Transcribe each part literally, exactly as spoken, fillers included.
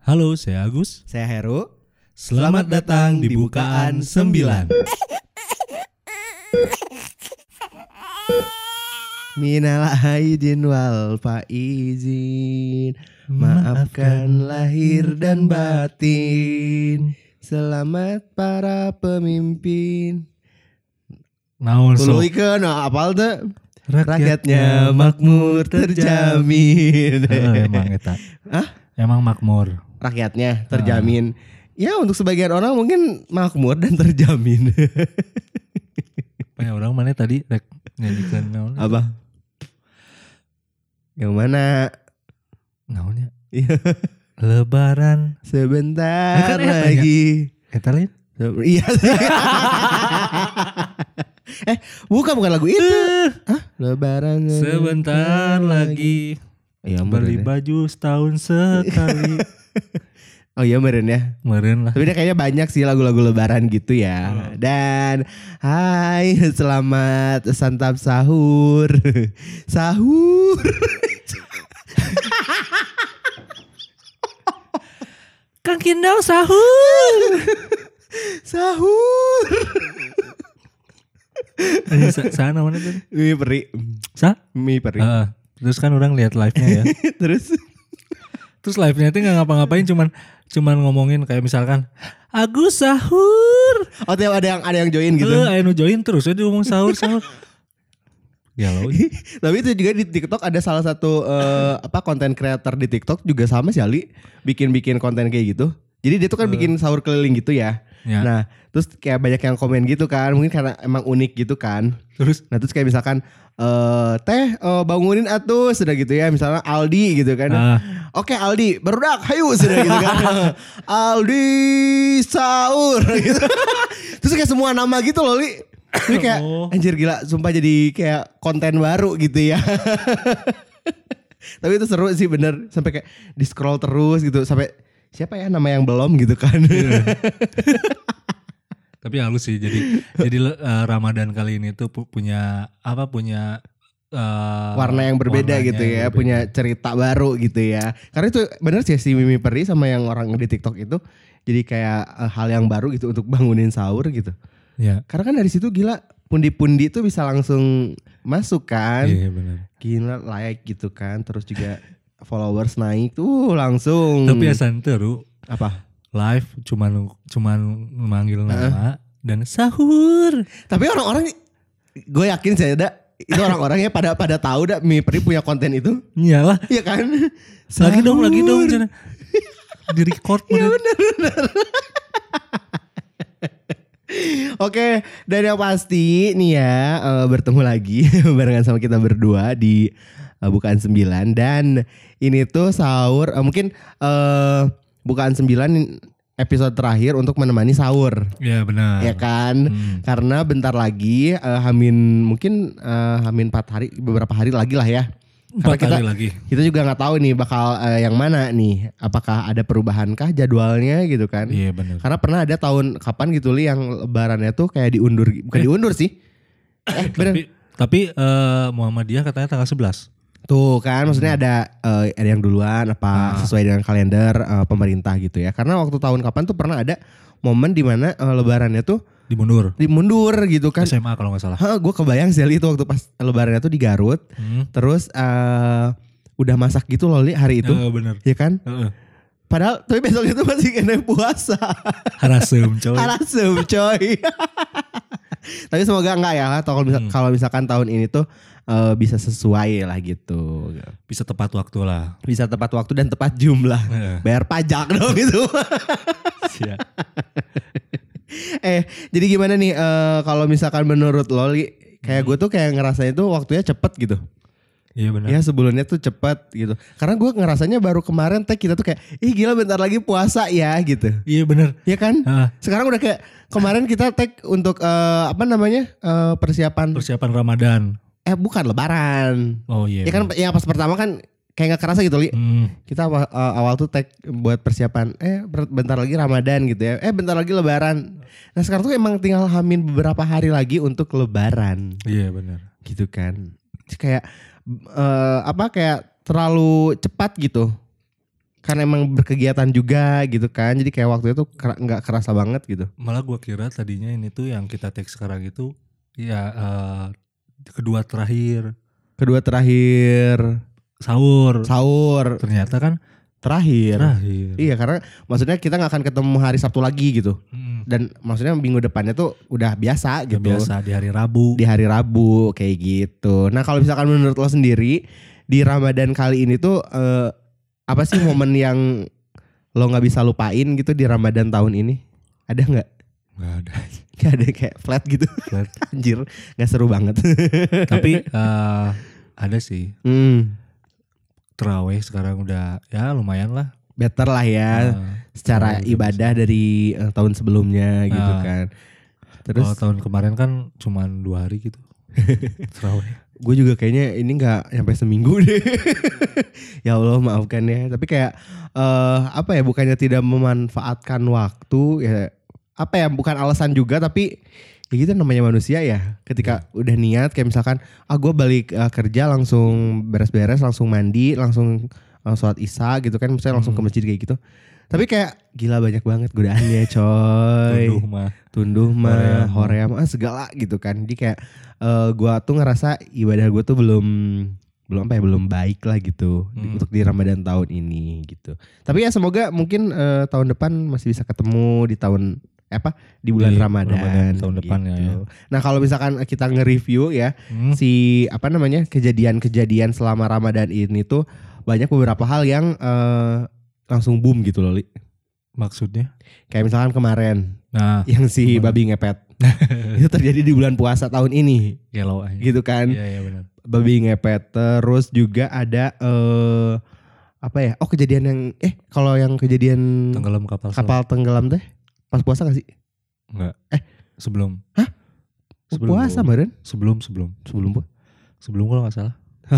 Halo, saya Agus. Saya Heru. Selamat datang di Bukaan Sembilan. Minal aidin wal faizin, maafkan lahir dan batin. Selamat para pemimpin. Naon sok? Tuluikeun apal teh? Rakyatnya Rakyatnya makmur terjamin. Eh, emang eta. Hah? Emang makmur. Rakyatnya terjamin. Ya untuk sebagian orang mungkin makmur dan terjamin. Banyak orang mana tadi rek nyanyikan naon? Apa? Yang mana? Naonnya? Iya. Lebaran Sebentar Kan eta lagi. Eta lain? Iya. eh, bukan bukan lagu itu. Hah? Lebaran Sebentar lagi. Iya, Beli meren ya. baju setahun sekali. Oh iya meren ya. Meren lah. Tapi dia kayaknya banyak sih lagu-lagu lebaran gitu ya. Hmm. Dan hai selamat santap sahur. Sahur. Kang Kindau sahur. Sahur. Eh, sa- Sana mana tadi? Mie peri. Sa? Mie peri. Heeh. Terus kan orang lihat live-nya ya. Terus Terus live-nya itu nggak ngapa-ngapain, cuman cuman ngomongin kayak misalkan Agus sahur. oh tiap ada yang ada yang join gitu. Eh, ayo nu join terus aja ngomong sahur sahur. Ya loh. Tapi itu juga di TikTok ada salah satu eh, apa konten creator di TikTok juga sama sih Ali bikin-bikin konten kayak gitu. Jadi dia tuh kan bikin sahur keliling gitu ya. Ya. Nah, terus kayak banyak yang komen gitu kan, mungkin karena emang unik gitu kan. Terus Nah, terus kayak misalkan eh teh eh, bangunin atuh sudah gitu ya, misalnya Aldi gitu kan. Ah. Oke Aldi, berudak, hayu sudah gitu kan. Aldi sahur gitu. Terus kayak semua nama gitu loh, Li. Ini kayak Oh. anjir gila, sumpah jadi kayak konten baru gitu ya. Tapi itu seru sih bener, sampai kayak di scroll terus gitu sampai siapa ya nama yang belum gitu kan. tapi halus sih, jadi jadi eh, Ramadan kali ini tuh pu- punya apa punya eh, Warna yang berbeda warnanya gitu yang ya, berbeda. punya cerita baru gitu ya. Karena itu bener sih si Mimi Peri sama yang orang di TikTok itu jadi kayak eh, hal yang baru gitu untuk bangunin sahur gitu. Ya. Karena kan dari situ gila pundi-pundi tuh bisa langsung masuk kan. Iya benar. Gila like gitu kan, terus juga followers naik tuh langsung. Tapi asan teru apa? live cuman cuman manggil nama dan sahur. Tapi orang-orang gue yakin saya ada itu orang-orangnya pada pada tahu dah Mimi Peri punya konten itu. Iyalah. Iya kan? Lagi dong, lagi dong Sahur. cina. Di record Iya bener. benar benar. Oke, dan yang pasti nih ya eh, bertemu lagi barengan sama kita berdua di eh, Bukaan Sembilan. Dan ini tuh sahur eh, mungkin eh, Bukaan Sembilan episode terakhir untuk menemani sahur. Iya benar. Ya kan? Hmm. Karena bentar lagi eh, Hamin mungkin eh, Hamin empat hari beberapa hari lagi lah ya. Empat Karena kita hari lagi. kita juga nggak tahu nih bakal eh, yang mana nih. Apakah ada perubahankah jadwalnya gitu kan? Iya benar. Karena pernah ada tahun kapan gitu Li yang lebarannya tuh kayak diundur, bukan Eh. diundur sih. Eh bener. Tapi tapi eh, Muhammadiyah katanya tanggal sebelas. Tuh kan maksudnya ada eh, ada yang duluan apa Ah. sesuai dengan kalender eh, pemerintah gitu ya. Karena waktu tahun kapan tuh pernah ada momen dimana eh, lebarannya tuh Dimundur. dimundur gitu kan. S M A kalau nggak salah. Hah, gue kebayang sih Li, itu waktu pas lebarannya tuh di Garut. Hmm. Terus eh, udah masak gitu loh Li hari itu. Eh, bener. Ya kan? Heeh. Padahal tapi besok itu masih kena puasa. Harasem coy. Harasem coy. Tapi semoga enggak ya atau kalau misal, Hmm. kalau misalkan tahun ini tuh eh, bisa sesuai lah gitu. Bisa tepat waktu lah. Bisa tepat waktu dan tepat jumlah. Heeh. Bayar pajak dong itu. Siap. eh, jadi gimana nih eh, kalau misalkan menurut Loli kayak gue tuh kayak ngerasanya tuh waktunya cepet gitu. Iya benar. Ya sebelumnya tuh cepet gitu. Karena gue ngerasanya baru kemarin teh kita tuh kayak ih gila bentar lagi puasa ya gitu. Iya benar. Ya kan? Ah, Sekarang udah kayak kemarin kita tag untuk eh, apa namanya eh, persiapan persiapan Ramadan. eh bukan Lebaran. Oh iya. Ya kan ya pas pertama kan kayak nggak kerasa gitu Li. Hmm. Kita awal, eh, awal tuh tag buat persiapan eh ber- bentar lagi Ramadan gitu ya. Eh bentar lagi Lebaran. Nah sekarang tuh emang tinggal hamin beberapa hari lagi untuk Lebaran Iya benar. gitu kan. Kayak eh, apa kayak terlalu cepat gitu. karena emang berkegiatan juga gitu kan. Jadi kayak waktu itu kera- gak kerasa banget gitu. Malah gua kira tadinya ini tuh yang kita take sekarang itu ya uh, kedua terakhir. Kedua terakhir sahur. Sahur. Ternyata kan terakhir. Terakhir. Iya karena maksudnya kita gak akan ketemu hari Sabtu lagi gitu. Hmm. Dan maksudnya minggu depannya tuh udah biasa gitu. Biasa di hari Rabu. Di hari Rabu kayak gitu. Nah kalau misalkan menurut lo sendiri di Ramadan kali ini tuh uh, apa sih momen yang lo gak bisa lupain gitu di Ramadan tahun ini? Ada gak? Gak ada. Gak ada kayak flat gitu. Flat. Anjir gak seru banget. Tapi uh, ada sih. Hmm. Terawih sekarang udah ya lumayan lah. Better lah ya. Uh, secara ibadah bisa. Dari uh, tahun sebelumnya gitu uh, kan. Terus kalau tahun kemarin kan cuma dua hari gitu. Terawih. Gue juga kayaknya ini gak sampai seminggu deh. Ya Allah maafkan ya. Tapi kayak uh, apa ya, bukannya tidak memanfaatkan waktu ya, apa ya, bukan alasan juga, tapi ya gitu namanya manusia ya. Ketika hmm. udah niat kayak misalkan ah gue balik uh, kerja langsung beres-beres, langsung mandi, langsung uh, sholat isya gitu kan, misalnya langsung hmm. ke masjid kayak gitu. Tapi kayak gila banyak banget godaannya coy. Tunduh mah. Tunduh mah, horea mah segala gitu kan. Jadi kayak uh, gue tuh ngerasa ibadah gue tuh belum belum apa ya, belum baik lah gitu hmm. untuk di Ramadan tahun ini gitu. Tapi ya semoga mungkin uh, tahun depan masih bisa ketemu di tahun apa di bulan di Ramadan, Ramadan tahun gitu. Depan ya. Nah kalau misalkan kita nge-review ya hmm. si apa namanya kejadian-kejadian selama Ramadan ini tuh banyak beberapa hal yang uh, langsung boom gitu loh Li. Maksudnya? Kayak misalkan kemarin nah, yang si kemana? Babi ngepet. Itu terjadi di bulan puasa tahun ini. Galau aja. Gitu kan. Iya iya benar. Babi ngepet. Terus juga ada uh, apa ya? Oh kejadian yang eh kalau yang kejadian tenggelam kapal kapal tenggelam teh pas puasa gak sih? Enggak. Eh sebelum. Hah? Sebelum puasa Maren? Sebelum sebelum. Sebelum puasa. Sebelum kalau gak salah.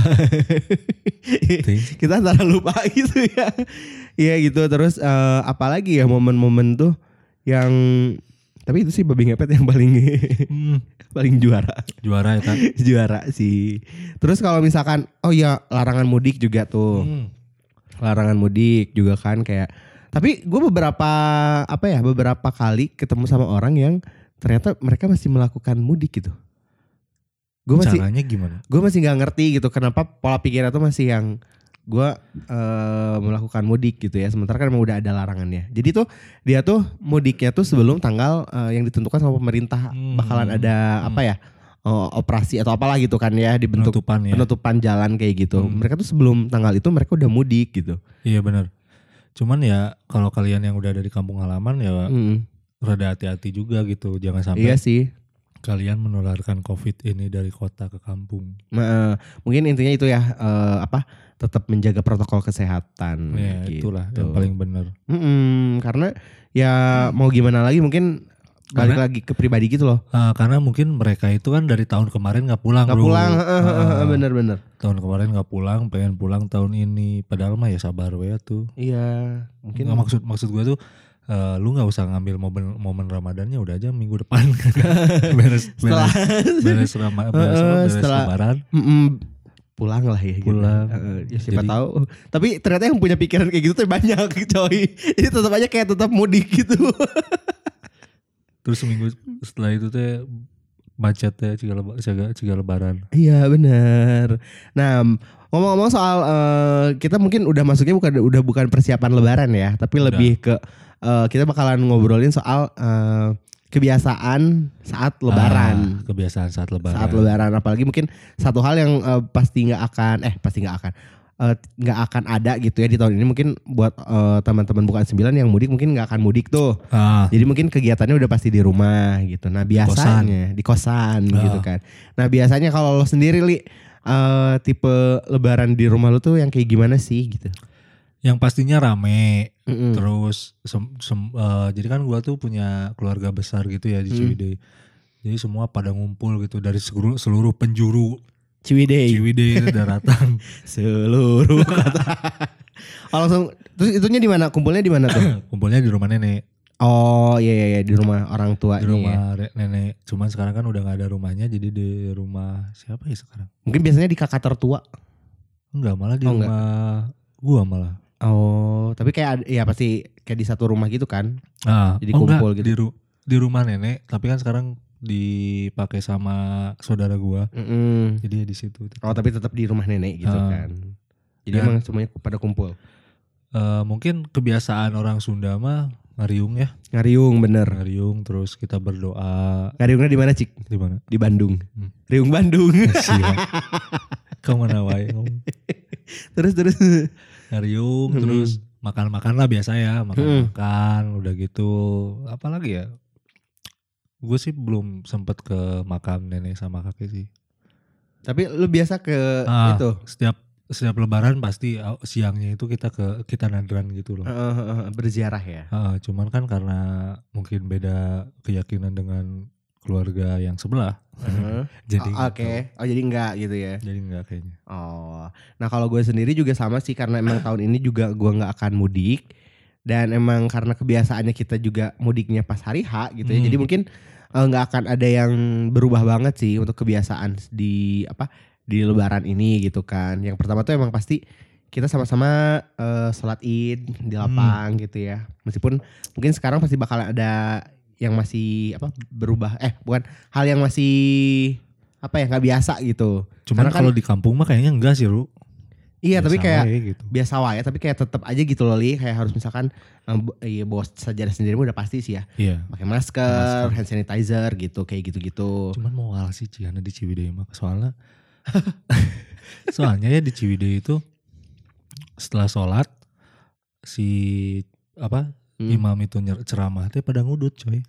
Kita antara lupa gitu ya. Iya gitu. Terus uh, apalagi ya momen-momen tuh yang, tapi itu sih babi ngepet yang paling hmm. paling juara. Juara ya kan? Juara sih. Terus kalau misalkan oh ya larangan mudik juga tuh. Hmm. Larangan mudik juga kan kayak. Tapi gue beberapa apa ya beberapa kali ketemu sama orang yang ternyata mereka masih melakukan mudik gitu. Gua masih, caranya gimana? Gue masih nggak ngerti gitu kenapa pola pikirnya tuh masih yang gue uh, melakukan mudik gitu ya. Sementara kan emang udah ada larangannya. Jadi tuh dia tuh mudiknya tuh sebelum tanggal uh, yang ditentukan sama pemerintah hmm. bakalan ada hmm. apa ya uh, operasi atau apalah gitu kan ya dibentuk penutupan, ya. penutupan jalan kayak gitu. Hmm. Mereka tuh sebelum tanggal itu mereka udah mudik gitu. Iya benar. Cuman ya kalau kalian yang udah ada di kampung halaman ya hmm. rada hati-hati juga gitu. Jangan sampai. Iya sih. Kalian menularkan COVID ini dari kota ke kampung. Nah, mungkin intinya itu ya uh, apa tetap menjaga protokol kesehatan. Ya, gitu. Itulah yang paling benar. Mm-mm, karena ya hmm. mau gimana lagi mungkin balik karena, lagi ke pribadi gitu loh. Uh, karena mungkin mereka itu kan dari tahun kemarin nggak pulang. Nggak pulang, uh, uh, uh, bener-bener. Tahun kemarin nggak pulang, pengen pulang tahun ini. Padahal mah ya sabar ya tuh. Iya. Mungkin nggak, maksud maksud gue tuh. Uh, lu nggak usah ngambil momen momen Ramadannya udah aja minggu depan beres setelah beres beres, rama, beres, uh, beres setelah, lebaran mm, pulang lah ya pulang gitu. uh, ya siapa Jadi, tahu tapi ternyata yang punya pikiran kayak gitu tuh banyak coy. Jadi tetap aja kayak tetap mudik gitu. Terus seminggu setelah itu teh macetnya juga leba, juga lebaran. Iya benar. Nah ngomong-ngomong soal uh, kita mungkin udah masuknya bukan udah bukan persiapan lebaran ya, tapi udah. Lebih ke Uh, kita bakalan ngobrolin soal uh, kebiasaan saat lebaran. Ah, kebiasaan saat lebaran. Saat lebaran, apalagi mungkin satu hal yang uh, pasti nggak akan, eh pasti nggak akan, nggak uh, akan ada gitu ya di tahun ini. Mungkin buat uh, teman-teman bukan sembilan yang mudik mungkin nggak akan mudik tuh. Ah. Jadi mungkin kegiatannya udah pasti di rumah gitu. Nah biasanya di kosan, di kosan ah. gitu kan. Nah biasanya kalau lo sendiri Li, uh, tipe lebaran di rumah lo tuh yang kayak gimana sih gitu? Yang pastinya rame, mm-mm. terus sem, sem, uh, jadi kan gua tuh punya keluarga besar gitu ya di Ciwidey. Mm. Jadi semua pada ngumpul gitu dari seluruh, seluruh penjuru Ciwidey. Ciwidey itu daratan seluruh kata. Oh, langsung terus itunya di mana? Kumpulnya di mana tuh? Kumpulnya di rumah nenek. Oh iya iya, iya. Di rumah orang tua. Di rumah ya. nenek. Cuman sekarang kan udah nggak ada rumahnya, jadi di rumah siapa ya sekarang? Mungkin biasanya di kakak tertua. Enggak, malah di oh, rumah enggak. Gua malah. Oh, tapi kayak ada- ya pasti kayak di satu rumah gitu kan? Ah, Jadi oh enggak, kumpul gitu. di, ru- di rumah nenek, tapi kan sekarang dipakai sama saudara gua. Mm-mm. Jadi ya di situ. Oh, tapi tetap di rumah nenek gitu Ah. kan? Jadi Dan- emang semuanya pada kumpul. Eh, mungkin kebiasaan orang Sunda mah ngariung ya, Ngariung bener. ngariung terus kita berdoa Ngariungnya di mana, Cik? di mana? Di Bandung. Hmm. Riung Bandung. Siap. Kau mana wae ngomong. terus terus. Ngariung Hmm. terus makan-makan lah biasa ya, makan-makan udah gitu. Apalagi ya? Gue sih belum sempet ke makam nenek sama kakek sih. Tapi lu biasa ke Ah, itu? Setiap setiap lebaran pasti uh, siangnya itu kita ke kita nadran gitu loh. Uh, uh, uh, berziarah ya. Ah, cuman kan karena mungkin beda keyakinan dengan keluarga yang sebelah. Uh-huh. Jadi Oh, Oke. Oh jadi enggak gitu ya. Jadi enggak kayaknya. Oh. Nah kalau gue sendiri juga sama sih karena emang tahun ini juga gue nggak akan mudik dan emang karena kebiasaannya kita juga mudiknya pas hari H gitu ya. Hmm. Jadi mungkin eh, nggak akan ada yang berubah banget sih untuk kebiasaan di apa di Lebaran ini gitu kan. Yang pertama tuh emang pasti kita sama-sama eh, sholat Id di lapang gitu ya. Meskipun mungkin sekarang pasti bakal ada yang masih apa berubah eh bukan hal yang masih apa ya nggak biasa gitu. Cuman Karena kan- kalau di kampung mah kayaknya enggak sih, Ru. Iya tapi Biasa kayak wae gitu. biasa wae tapi kayak tetap aja gitu loh Li kayak harus misalkan um, bo- iya bawa sajadah sendiri udah pasti sih ya Iya. pakai masker, Masker. hand sanitizer gitu kayak gitu-gitu. Cuman mau al sih Ciana di Ciwidey mah soalnya soalnya ya di Ciwidey itu setelah sholat si apa Hmm. imam itu nyer- ceramah teh pada ngudut coy.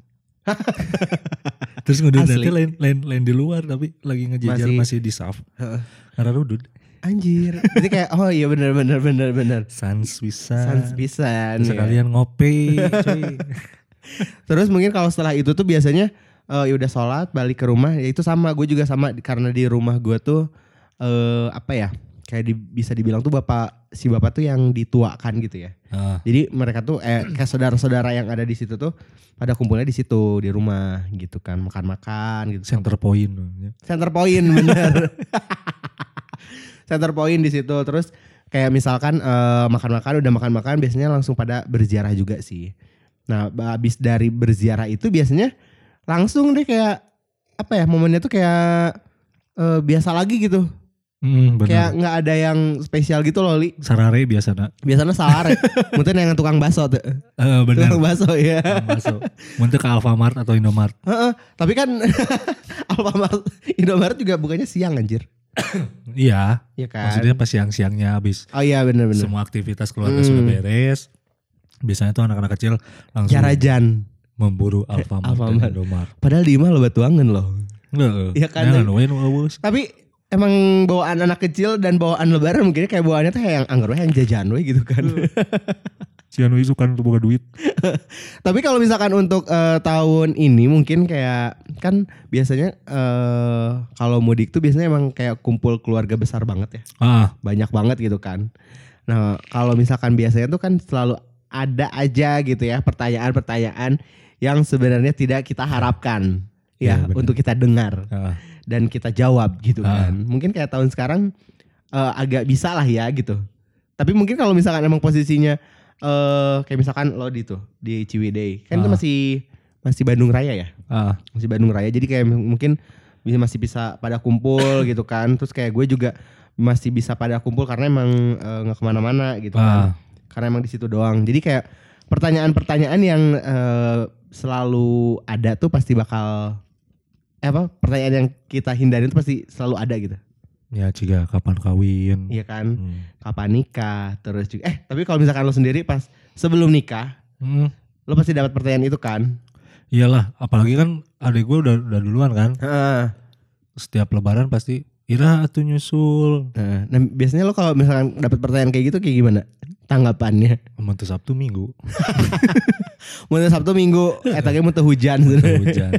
Terus ngudut Asli. nanti lain, lain lain di luar tapi lagi ngejejer Masih- masih, di saf. Heeh. Karena ngudut. Anjir. Jadi kayak oh iya benar benar benar benar. Sans bisa. Sans pisan Terus ya. sekalian ngopi coy. Terus mungkin kalau setelah itu tuh biasanya eh, ya udah sholat balik ke rumah ya itu sama gue juga sama karena di rumah gue tuh eh, apa ya kayak di- bisa dibilang tuh bapak si bapak tuh yang dituakan gitu ya. Ah, Jadi mereka tuh eh, kayak saudara-saudara yang ada di situ tuh pada kumpulnya di situ di rumah gitu kan makan-makan gitu. center point. Center point bener. Center point di situ terus kayak misalkan eh, makan-makan udah makan-makan biasanya langsung pada berziarah juga sih. Nah habis dari berziarah itu biasanya langsung deh kayak apa ya momennya tuh kayak eh, biasa lagi gitu. Hmm, Kayak benar. nggak ada yang spesial gitu loh Li. Sarare biasa nak. Biasanya salah mungkin yang tukang bakso tuh. Eh benar. Tukang bakso ya. Masuk. Muntah ke Alfamart atau Indomart. Heeh, tapi kan Alfamart Indomaret juga bukannya siang anjir. Iya. Iya kan? Maksudnya pas siang-siangnya habis Oh iya benar-benar. semua aktivitas keluarga Hmm. sudah beres. Biasanya tuh anak-anak kecil langsung Jarajan. memburu Alfamart, Alfamart. dan Indomart. Padahal di mah lo batuangan loh. Enggak. Iya kan? Jangan wae nu eueus. Tapi emang bawaan anak kecil dan bawaan lebaran mungkin kayak bawaannya tuh yang anggar we yang jajan we gitu kan. Cian we suka untuk boga duit. Tapi kalau misalkan untuk eh, tahun ini mungkin kayak kan biasanya eh, kalau mudik tuh biasanya emang kayak kumpul keluarga besar banget ya. Ah, Banyak banget gitu kan. Nah kalau misalkan biasanya tuh kan selalu ada aja gitu ya pertanyaan-pertanyaan yang sebenarnya tidak kita harapkan ya Iya, benar. untuk kita dengar ah. dan kita jawab gitu Ah. kan. Mungkin kayak tahun sekarang eh, agak bisa lah ya gitu. Tapi mungkin kalau misalkan emang posisinya eh kayak misalkan lo di tuh di Ciwidey kan itu Ah. masih masih Bandung Raya ya. Ah, Masih Bandung Raya jadi kayak m- mungkin bisa masih bisa pada kumpul gitu kan. Terus kayak gue juga masih bisa pada kumpul karena emang eh, nggak kemana-mana gitu kan. ah. Karena emang di situ doang. Jadi kayak pertanyaan-pertanyaan yang eh, selalu ada tuh pasti bakal eh, apa pertanyaan yang kita hindarin tuh pasti selalu ada gitu. Ya ciga kapan kawin. Iya kan? Hmm. Kapan nikah? Terus juga eh tapi kalau misalkan lo sendiri pas sebelum nikah, Hmm. lo pasti dapat pertanyaan itu kan? Iyalah, apalagi kan adik gue udah udah duluan kan. Heeh. Setiap lebaran pasti Ira atuh nyusul. Nah, nah, biasanya lo kalau misalkan dapat pertanyaan kayak gitu kayak gimana? Tanggapannya? Mentu Sabtu Minggu. Mau Sabtu Minggu, eh tadi mau hujan Mentu sebenarnya. hujan.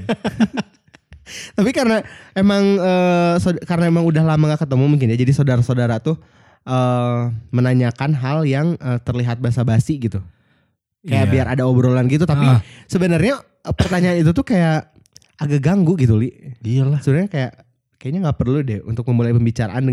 Tapi karena emang eh, saud- karena emang udah lama gak ketemu mungkin ya. Jadi saudara-saudara tuh eh, menanyakan hal yang eh, terlihat basa-basi gitu. Kayak Iya. biar ada obrolan gitu. Tapi Ah. sebenarnya eh, pertanyaan itu tuh kayak agak ganggu gitu Li. Iyalah. Sebenarnya kayak kayaknya nggak perlu deh untuk memulai pembicaraan dengan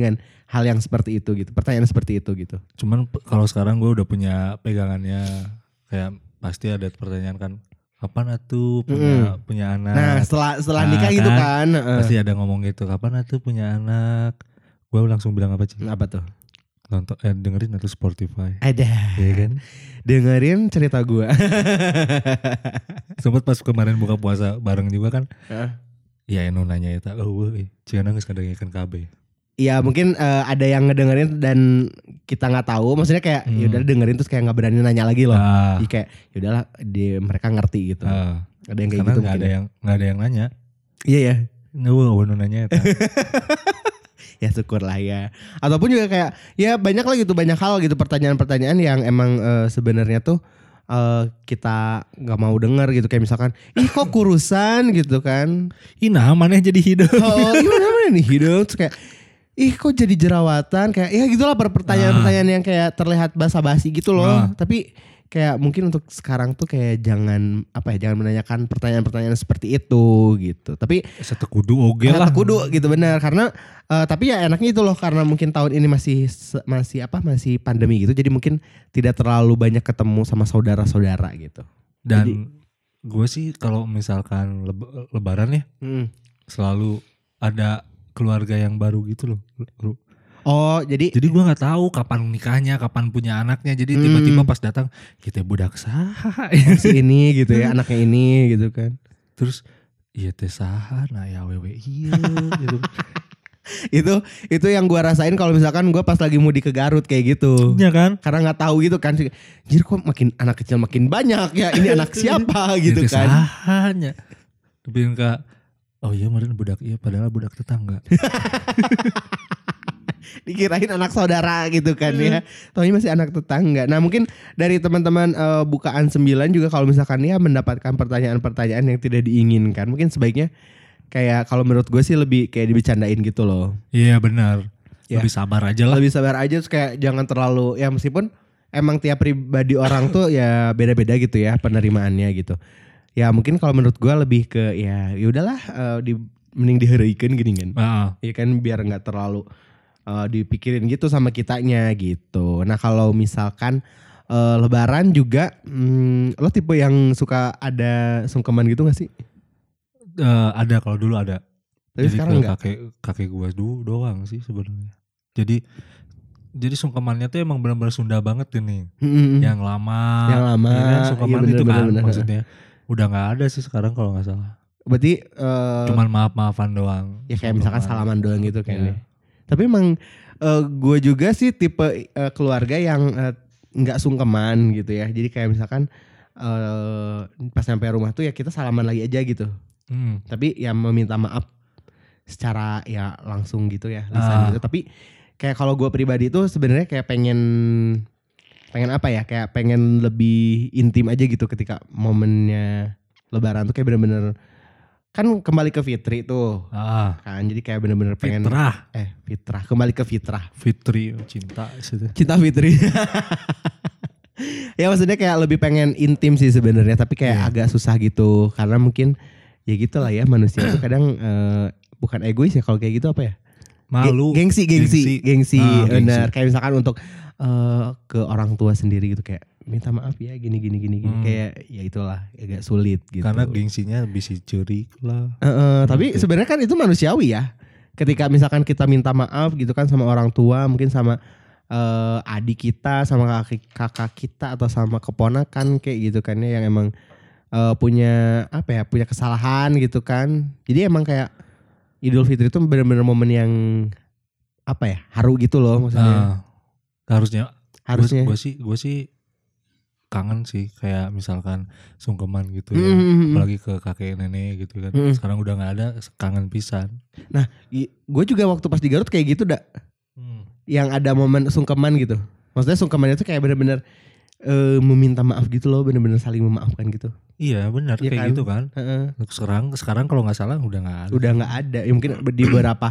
hal yang seperti itu gitu, pertanyaan seperti itu gitu. Cuman p- kalau sekarang gue udah punya pegangannya, kayak pasti ada pertanyaan kan, kapan atuh punya Mm. punya anak? Nah setelah setelah Nah, nikah gitu kan, heeh. Pasti ada ngomong gitu, kapan atuh punya anak? Gue langsung bilang apa sih? Apa tuh? Nonton, eh, dengerin atau Spotify, Ada. ya kan? Dengerin cerita gue. Sempet pas kemarin buka puasa bareng juga kan, Heeh. ya enu nanya eta, oh weh, cina geus ngadengikeun K B. Iya mungkin eh, ada yang ngedengerin dan kita nggak tahu, maksudnya kayak Hmm. yaudah dengerin terus kayak nggak berani nanya lagi loh. Ah, Jadi kayak yaudahlah di mereka ngerti gitu. ah. Ada yang kayak Karena gitu nggak mungkin. ada yang nggak ada yang nanya. Iya ya. Nggak enu nanya eta. Ya syukur lah ya. Ataupun juga kayak ya banyak lah gitu, banyak hal gitu, pertanyaan-pertanyaan yang emang eh, sebenarnya tuh eh, kita nggak mau dengar gitu, kayak misalkan ih kok kurusan gitu kan. Ih nah maneh jadi hidup. Oh gimana mana nih hidup. Terus kayak ih kok jadi jerawatan, kayak ya gitulah pertanyaan-pertanyaan yang kayak terlihat basa-basi gitu loh. Ah. Tapi kayak mungkin untuk sekarang tuh kayak jangan apa ya, jangan menanyakan pertanyaan-pertanyaan seperti itu gitu. Tapi Satu kudu oge lah. Kata kudu gitu benar, karena eh, tapi ya enaknya itu loh, karena mungkin tahun ini masih se- masih apa masih pandemi gitu, jadi mungkin tidak terlalu banyak ketemu sama saudara-saudara gitu. Dan Jadi- gue sih kalau misalkan leb- lebaran ya Hmm. selalu ada keluarga yang baru gitu loh. Oh jadi Jadi gue nggak tahu kapan nikahnya, kapan punya anaknya. Jadi Hmm. tiba-tiba pas datang kita budak saha. oh, si ini gitu ya, anaknya ini gitu kan. Terus iya teh saha, nah ya wewe iya gitu. Itu itu yang gua rasain kalau misalkan gua pas lagi mudik ke Garut kayak gitu. Iya kan? Karena nggak tahu gitu kan. Jir kok makin anak kecil makin banyak ya. Ini anak siapa gitu Iya teh kan. sahanya. Tapi enggak, oh iya kemarin budak iya padahal budak tetangga. Dikirain anak saudara gitu kan ya. Taunya masih anak tetangga. Nah mungkin dari teman-teman eh, bukaan sembilan juga kalau misalkan ya mendapatkan pertanyaan-pertanyaan yang tidak diinginkan, mungkin sebaiknya kayak kalau menurut gue sih lebih kayak dibecandain gitu loh. Iya benar. Ya. Lebih sabar aja lah. Lebih sabar aja, terus kayak jangan terlalu ya, meskipun emang tiap pribadi orang tuh ya beda-beda gitu ya penerimaannya gitu. Ya mungkin kalau menurut gue lebih ke ya ya udahlah eh, di mending diheureuikeun gini kan. Heeh. Ya kan biar nggak terlalu uh, dipikirin gitu sama kitanya gitu. Nah kalau misalkan uh, lebaran juga, hmm, lo tipe yang suka ada sungkeman gitu gak sih? Eh, ada kalau dulu ada. Tapi Jadi sekarang ke enggak? kakek kakek gue dulu doang sih sebenarnya. Jadi jadi sungkemannya tuh emang benar-benar Sunda banget ini. Hmm. Yang lama. Yang lama, Ya kan, iya sungkeman bener, itu bener, kan bener. maksudnya. Udah nggak ada sih sekarang kalau nggak salah. Berarti uh, Cuman maaf-maafan doang. ya kayak misalkan Sungkeman. salaman doang gitu Iya. kayaknya. Tapi emang uh, gue juga sih tipe uh, keluarga yang uh, nggak sungkeman gitu ya. Jadi kayak misalkan uh, pas sampai rumah tuh ya kita salaman lagi aja gitu. Hmm. Tapi ya meminta maaf secara ya langsung gitu ya, lisan Ah. gitu. Tapi kayak kalau gue pribadi tuh sebenarnya kayak pengen pengen apa ya, kayak pengen lebih intim aja gitu ketika momennya lebaran tuh, kayak bener-bener kan kembali ke fitri tuh Ah, kan, jadi kayak bener-bener pengen fitrah. eh fitrah kembali ke fitrah, Fitri cinta gitu. cinta fitri. Ya maksudnya kayak lebih pengen intim sih sebenarnya, tapi kayak Iya. agak susah gitu karena mungkin ya gitulah ya, manusia tuh kadang eh, bukan egois ya kalau kayak gitu, apa ya? Malu. Ge- gengsi, gengsi, gengsi, Ah, gengsi. benar. Kayak misalkan untuk eh, ke orang tua sendiri gitu, kayak minta maaf ya gini gini gini gini, Hmm. kayak ya itulah agak sulit gitu. Karena gengsinya bisa cerik lah. Eh, eh, tapi Gitu. sebenarnya kan itu manusiawi ya. Ketika misalkan kita minta maaf gitu kan sama orang tua, mungkin sama eh, adik kita, sama kakak, kakak kita atau sama keponakan kayak gitu kan ya, yang emang eh, punya apa ya, punya kesalahan gitu kan. Jadi emang kayak Idul Fitri itu benar-benar momen yang apa ya, haru gitu loh maksudnya. Ah, harusnya Harusnya. gue sih gue sih kangen sih kayak misalkan sungkeman gitu ya, Mm-mm. apalagi ke kakek nenek gitu kan. Mm-mm. Sekarang udah nggak ada, kangen pisan. Gue juga waktu pas di Garut kayak gitu dah, Hmm. yang ada momen sungkeman gitu. Maksudnya sungkemannya tuh kayak bener-bener eh, meminta maaf gitu loh, bener-bener saling memaafkan gitu. Iya benar Iya kayak kan? gitu kan. Heeh. Sekarang sekarang kalau nggak salah udah nggak ada. Udah nggak ada. Ya, mungkin di beberapa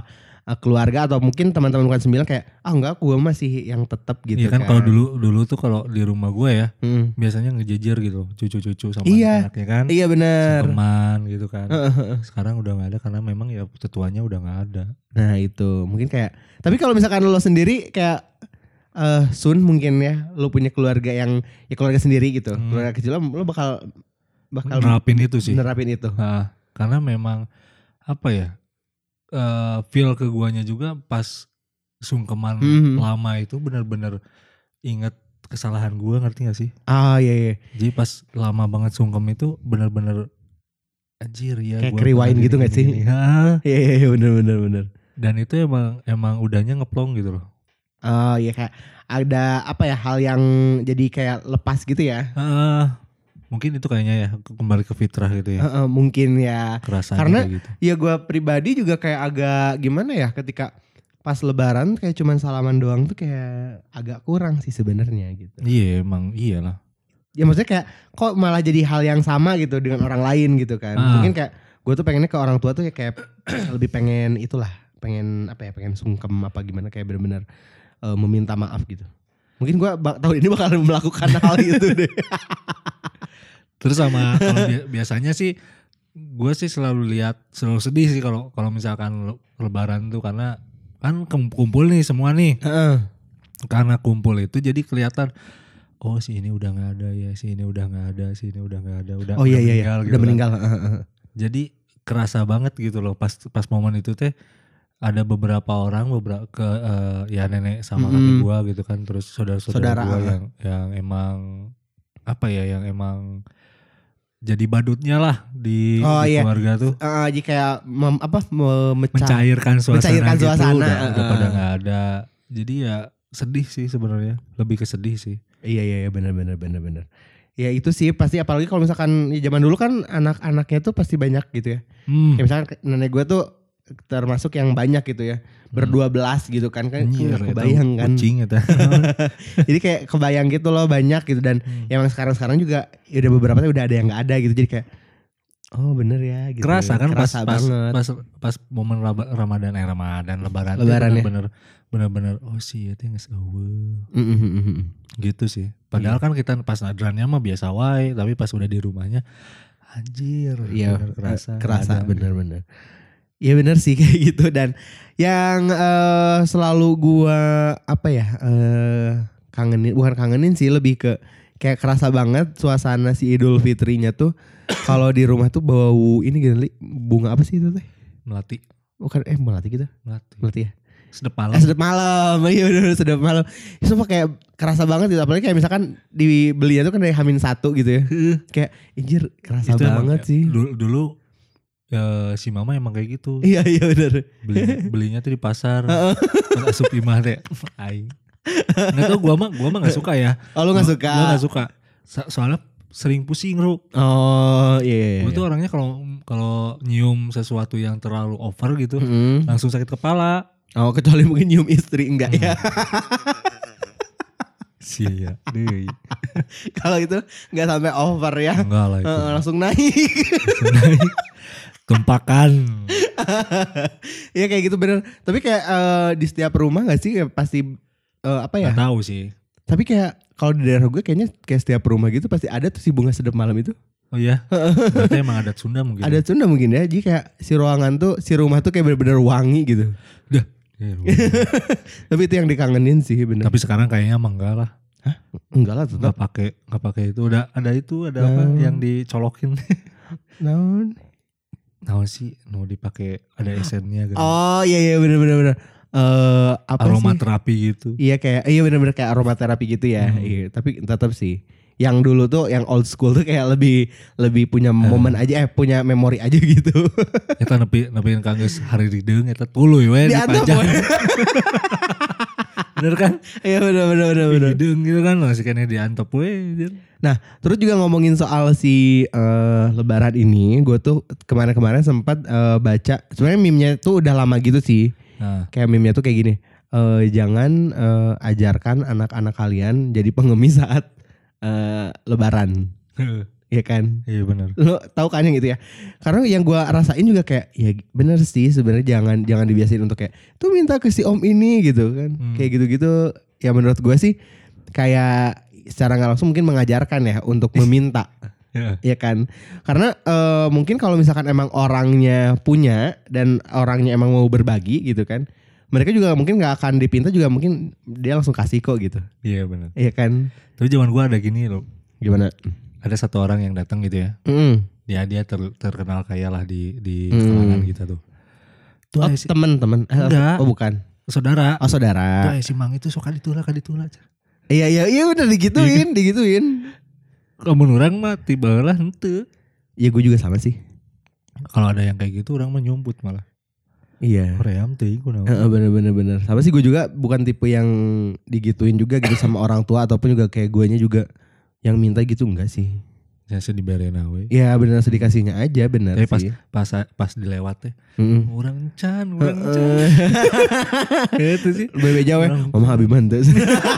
uh, keluarga atau mungkin teman-teman bukan sembilan kayak ah enggak gue masih yang tetap gitu. Iya kan, kan. kalau dulu dulu tuh kalau di rumah gue ya hmm. biasanya ngejejer gitu cucu-cucu sama iya. anaknya kan. Iya benar. Teman gitu kan. Sekarang udah nggak ada karena memang ya tetuanya udah nggak ada. Nah itu mungkin kayak. Tapi kalau misalkan lo sendiri kayak uh, Sun mungkin ya lo punya keluarga yang ya keluarga sendiri gitu. Hmm. Keluarga kecil lo, lo bakal bakal nerapin itu sih. Nerapin itu. Nah, karena memang apa ya? Uh, feel ke guanya juga pas sungkeman hmm. lama itu benar-benar inget kesalahan gua, ngerti gak sih? Ah iya iya. Jadi pas lama banget sungkem itu benar-benar anjir ya. Kayak rewind gitu gak sih? Iya iya iya benar benar benar. Dan itu emang emang udahnya ngeplong gitu loh. Oh iya kayak ada apa ya hal yang jadi kayak lepas gitu ya? Uh, Mungkin itu kayaknya ya kembali ke fitrah gitu ya. Uh, uh, mungkin ya. Kerasanya karena gitu. Ya gue pribadi juga kayak agak gimana ya ketika pas lebaran kayak cuman salaman doang tuh kayak agak kurang sih sebenarnya gitu. Iya emang iyalah. Ya maksudnya kayak kok malah jadi hal yang sama gitu dengan orang lain gitu kan. Ah. Mungkin kayak gue tuh pengennya ke orang tua tuh kayak lebih pengen itulah. Pengen apa ya pengen sungkem apa gimana kayak benar-benar uh, meminta maaf gitu. Mungkin gue bak- tahun ini bakal melakukan hal itu deh. Terus sama kalau biasanya sih gue sih selalu lihat selalu sedih sih kalau kalau misalkan lebaran tuh karena kan kumpul nih semua nih. Uh. Karena kumpul itu jadi kelihatan oh si ini udah nggak ada ya, si ini udah nggak ada, si ini udah nggak ada, udah oh, udah iya, meninggal iya. gitu. Udah meninggal. Kan. Jadi kerasa banget gitu loh pas pas momen itu teh ada beberapa orang beberapa ke uh, ya nenek sama mm-hmm. kakek gua gitu kan, terus saudara-saudara gua yang yang emang apa ya yang emang jadi badutnya lah di, oh, di iya. keluarga tuh. Uh, jadi kayak mem, apa memecah, mencairkan suasana, mencairkan gitu suasana. Udah, uh, udah pada nggak ada. Jadi ya sedih sih sebenarnya, lebih ke sedih sih. Iya iya iya benar-benar benar-benar. Ya itu sih pasti apalagi kalau misalkan ya zaman dulu kan anak-anaknya tuh pasti banyak gitu ya. Hmm. Kayak misalkan nenek gue tuh termasuk yang banyak gitu ya. Berdua belas gitu kan kan Nyier, kebayang kan. Kucing itu. Jadi kayak kebayang gitu loh banyak gitu dan hmm. ya emang sekarang-sekarang juga ya udah beberapa tuh udah ada yang gak ada gitu. Jadi kayak oh bener ya gitu. Kerasa kan Kerasa pas, banget. pas pas pas momen Ramadan eh Ramadan lebaran Lebaran ya. bener-bener bener-bener oh sih itu geus eueuh. Mm-hmm. Gitu sih. Padahal iya. kan kita pas nadrannya mah biasa wae, tapi pas udah di rumahnya anjir iya, bener kerasa. Kerasa bener-bener. Iya bener sih kayak gitu dan yang uh, selalu gua apa ya uh, kangenin bukan kangenin sih lebih ke kayak kerasa banget suasana si Idul Fitrinya tuh kalau di rumah tuh bau ini gitu bunga apa sih itu teh? Melati. Bukan eh melati gitu. Melati. Melati ya. Sedep malam. Eh, sedep malam. Iya bener sedep malam. Itu kayak kerasa banget gitu apalagi kayak misalkan dibelinya tuh kan dari Hamin satu gitu ya. Kayak anjir kerasa itu banget sih. Dulu, dulu ya, si mama emang kayak gitu. Iya iya bener. Beli, belinya tuh di pasar. Pas asup imah deh. Aing. Enggak tau gua mah gua mah enggak suka ya. Oh lu enggak suka. Gua enggak suka. So- soalnya sering pusing, Ru. Oh iya. Gue tuh orangnya kalau kalau nyium sesuatu yang terlalu over gitu, mm. langsung sakit kepala. Oh kecuali mungkin nyium istri enggak hmm. ya. Sia deh. Kalau itu enggak sampai over ya. Enggak lah itu. Uh, langsung naik. Langsung naik. Tumpakan. Iya kayak gitu bener. Tapi kayak uh, di setiap rumah enggak sih kayak pasti uh, apa ya? Gak tahu sih. Tapi kayak kalau di daerah gue kayaknya kayak setiap rumah gitu pasti ada tuh si bunga sedep malam itu. Oh iya? Berarti emang adat Sunda mungkin. Adat Sunda mungkin ya. Jadi kayak si ruangan tuh, si rumah tuh kayak bener-bener wangi gitu. Dah. Tapi itu yang dikangenin sih bener. Tapi sekarang kayaknya emang enggak lah. Hah? Enggak lah tetap. Enggak pakai, enggak pakai itu. Udah ada itu, ada no. apa yang dicolokin. Naon? Naon sih? No dipakai ada esennya gitu. Oh iya iya bener bener bener. Uh, apa aromaterapi sih? gitu. Iya kayak iya bener-bener kayak aromaterapi gitu ya. Hmm. Iya, tapi tetap sih. Yang dulu tuh yang old school tuh kayak lebih lebih punya uh. momen aja eh punya memori aja gitu. Eta nepi nepiin Kang geus hari rideung eta tuluy we dipajang. Bener kan? Iya bener bener bener bener. Rideung gitu kan masih kene diantep we. Nah, terus juga ngomongin soal si uh, lebaran ini, gue tuh kemarin-kemarin sempat uh, baca sebenarnya meme-nya tuh udah lama gitu sih. Nah. Kayak meme-nya tuh kayak gini, e, jangan e, ajarkan anak-anak kalian jadi pengemis saat e, lebaran. ya kan? Iya benar. Lo tahu kan yang itu ya? Karena yang gue rasain juga kayak ya bener sih sebenarnya jangan jangan dibiasain untuk kayak tuh minta ke si om ini gitu kan, hmm. kayak gitu-gitu. Ya menurut gue sih kayak secara nggak langsung mungkin mengajarkan ya untuk meminta. Yeah. Ya kan, karena uh, mungkin kalau misalkan emang orangnya punya dan orangnya emang mau berbagi gitu kan, mereka juga mungkin nggak akan dipinta juga mungkin dia langsung kasih kok gitu. Iya yeah, benar. Iya kan. Tapi zaman gua ada gini loh. Gimana? Ada satu orang yang datang gitu ya. Mm. Dia dia ter, terkenal kaya lah di di mm. kalangan kita tuh. Tuh oh, si, teman-teman. Enggak. Oh bukan. Saudara. Oh saudara. Tuh si Mang itu suka ditulak ditulak. Iya iya iya udah digituin digituin. Kamu orang mah tiba lah henteu. Iya gue juga sama sih. Kalau ada yang kayak gitu orang menyumput malah. Iya. Koream teh kunaon. Heeh bener-bener bener. Sama sih gue juga bukan tipe yang digituin juga gitu sama orang tua ataupun juga kayak guenya juga yang minta gitu enggak sih. Ya sedih bereuna we. Iya bener sedih kasihnya aja bener tapi pas, sih. Pas pas dilewat teh. Mm-hmm. Orang can, orang can. Itu sih. Bebe jawe. Mama abi mantes.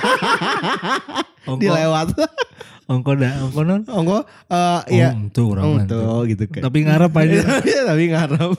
Dilewat. Ongko dah, ongko non? Ongko, uh, ya. Oh, tuh orang oh, tuh, gitu kan. Tapi ngarep aja. Tapi ngarep.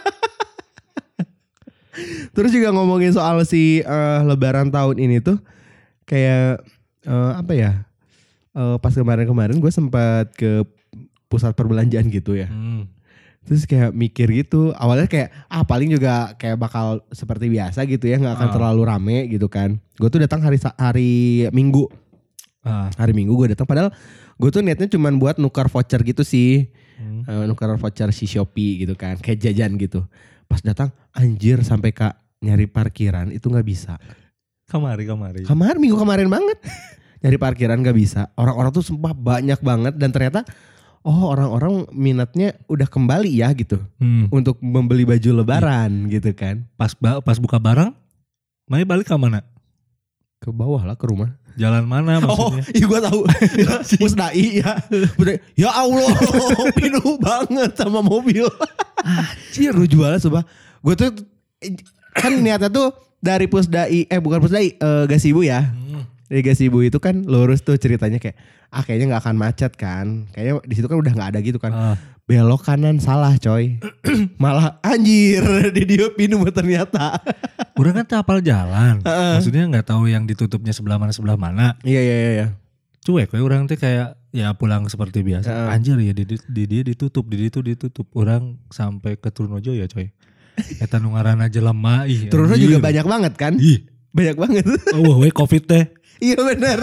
Terus juga ngomongin soal si uh, Lebaran tahun ini tuh kayak uh, apa ya? Uh, pas kemarin-kemarin gue sempat ke pusat perbelanjaan gitu ya. Hmm. Terus kayak mikir gitu. Awalnya kayak ah paling juga kayak bakal seperti biasa gitu ya, nggak akan oh. terlalu rame gitu kan. Gue tuh datang hari hari Minggu. Uh. Hari Minggu gue datang padahal gue tuh niatnya cuma buat nukar voucher gitu sih. Hmm. Uh, nukar voucher si Shopee gitu kan, kayak jajan gitu. Pas datang anjir sampai Kak nyari parkiran itu nggak bisa. Kemari kemari. Kemarin minggu kemarin banget. Nyari parkiran nggak bisa. Orang-orang tuh sumpah banyak banget dan ternyata oh orang-orang minatnya udah kembali ya gitu. Hmm. Untuk membeli baju lebaran hmm. gitu kan. Pas pas buka barang, Mai balik ke mana? Ke bawah lah ke rumah. Jalan mana maksudnya? Oh iya gue tahu. Pusdai ya. Pusdai. Ya Allah pinuh banget sama mobil. Anjir lu jualan sumpah. Gue tuh kan niatnya tuh dari Pusdai. Eh bukan Pusdai. Uh, Gasibu ya. Hmm. Dari Gasibu itu kan lurus tuh ceritanya kayak. Ah kayaknya gak akan macet kan. Kayaknya di situ kan udah gak ada gitu kan. Uh. Belok kanan salah coy. Malah anjir. Di dia pinuh ternyata. Udah kan tak hafal jalan. Uh-uh. Maksudnya gak tahu yang ditutupnya sebelah mana sebelah mana. Iya iya iya. Cuek we orang tuh kayak ya pulang seperti biasa. Uh-uh. Anjir ya di, di dia ditutup, di itu ditutup. Orang sampai ke Trunojo ya coy. Eta nu ngaranna jelema ih. Trunojo juga banyak banget kan? Ih. Banyak banget. Oh we Covid teh. Iya benar.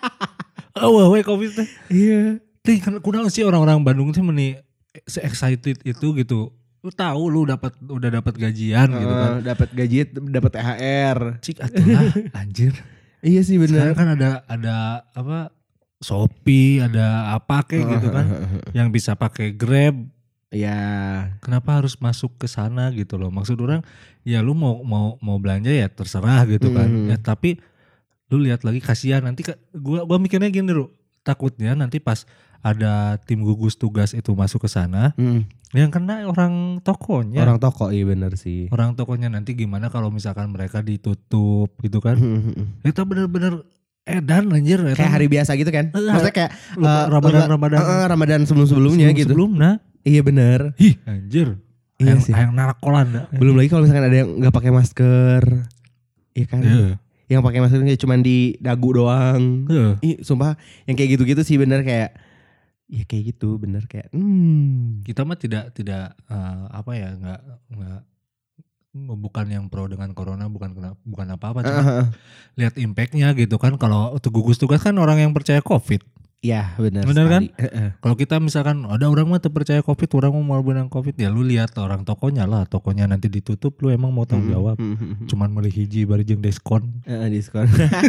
Oh we Covid teh. Iya. Teh kunaon sih orang-orang Bandung teh meni se-excited itu gitu. Lu tahu lu dapat udah dapat gajian uh, gitu kan. Dapat gaji, dapat T H R. Cik atulah anjir. Iya sih benar. Sekarang kan ada ada apa Shopee, ada apa kayak uh, gitu kan uh, uh, uh. yang bisa pakai Grab. Iya. Kenapa harus masuk ke sana gitu loh. Maksud orang ya lu mau mau mau belanja ya terserah gitu kan. Hmm. Ya tapi lu lihat lagi kasihan nanti gua gua mikirnya gini loh. Takutnya nanti pas ada tim gugus tugas itu masuk ke sana, hmm. yang kena orang tokonya. Orang toko iya benar sih. Orang tokonya nanti gimana kalau misalkan mereka ditutup gitu kan? Itu bener-bener edan anjir. Kayak hari biasa gitu kan? Uh, Maksudnya kayak uh, Ramadan uh, Ramadan uh, Ramadan sebelum-sebelumnya sebelum, gitu. Sebelumnya. Iya benar. Hi anjir. Iya yang, sih. Yang narakolan. Belum lagi kalau misalkan ada yang nggak pakai masker, iya kan? Yeah. Yang pakai maskernya cuma di dagu doang. Uh. Ih, sumpah yang kayak gitu-gitu sih bener kayak ya kayak gitu bener kayak hmm. Kita mah tidak tidak uh, apa ya nggak nggak bukan yang pro dengan corona bukan bukan apa-apa cuma uh-huh. lihat impactnya gitu kan. Kalau gugus tugas kan orang yang percaya COVID. Ya benar. Benar kan? Uh-uh. Kalau kita misalkan ada orang mah percaya COVID, orang mau benang COVID, ya lu lihat orang tokonya lah, tokonya nanti ditutup, lu emang mau tanggung jawab. Mm-hmm. Cuman beli hiji bari jeung diskon. Uh, diskon.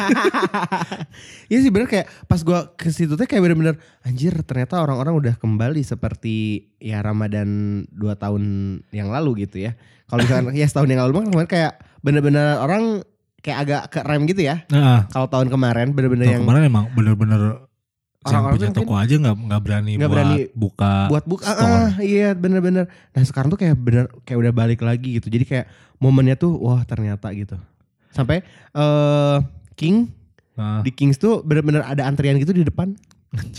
Iya sih benar kayak pas gua ke situ teh kayak bener-bener anjir ternyata orang-orang udah kembali seperti ya Ramadan dua tahun yang lalu gitu ya. Kalau misalkan ya setahun yang lalu mah kemarin kayak bener-bener orang kayak agak ke rem gitu ya. Uh-uh. Kalau tahun kemarin bener-bener yang kemarin emang bener-bener orang-orang punya toko aja nggak nggak berani gak buat berani buka buat buka ah, iya bener-bener. Nah sekarang tuh kayak bener kayak udah balik lagi gitu. Jadi kayak momennya tuh wah ternyata gitu. Sampai uh, King ah. di Kings tuh bener-bener ada antrian gitu di depan.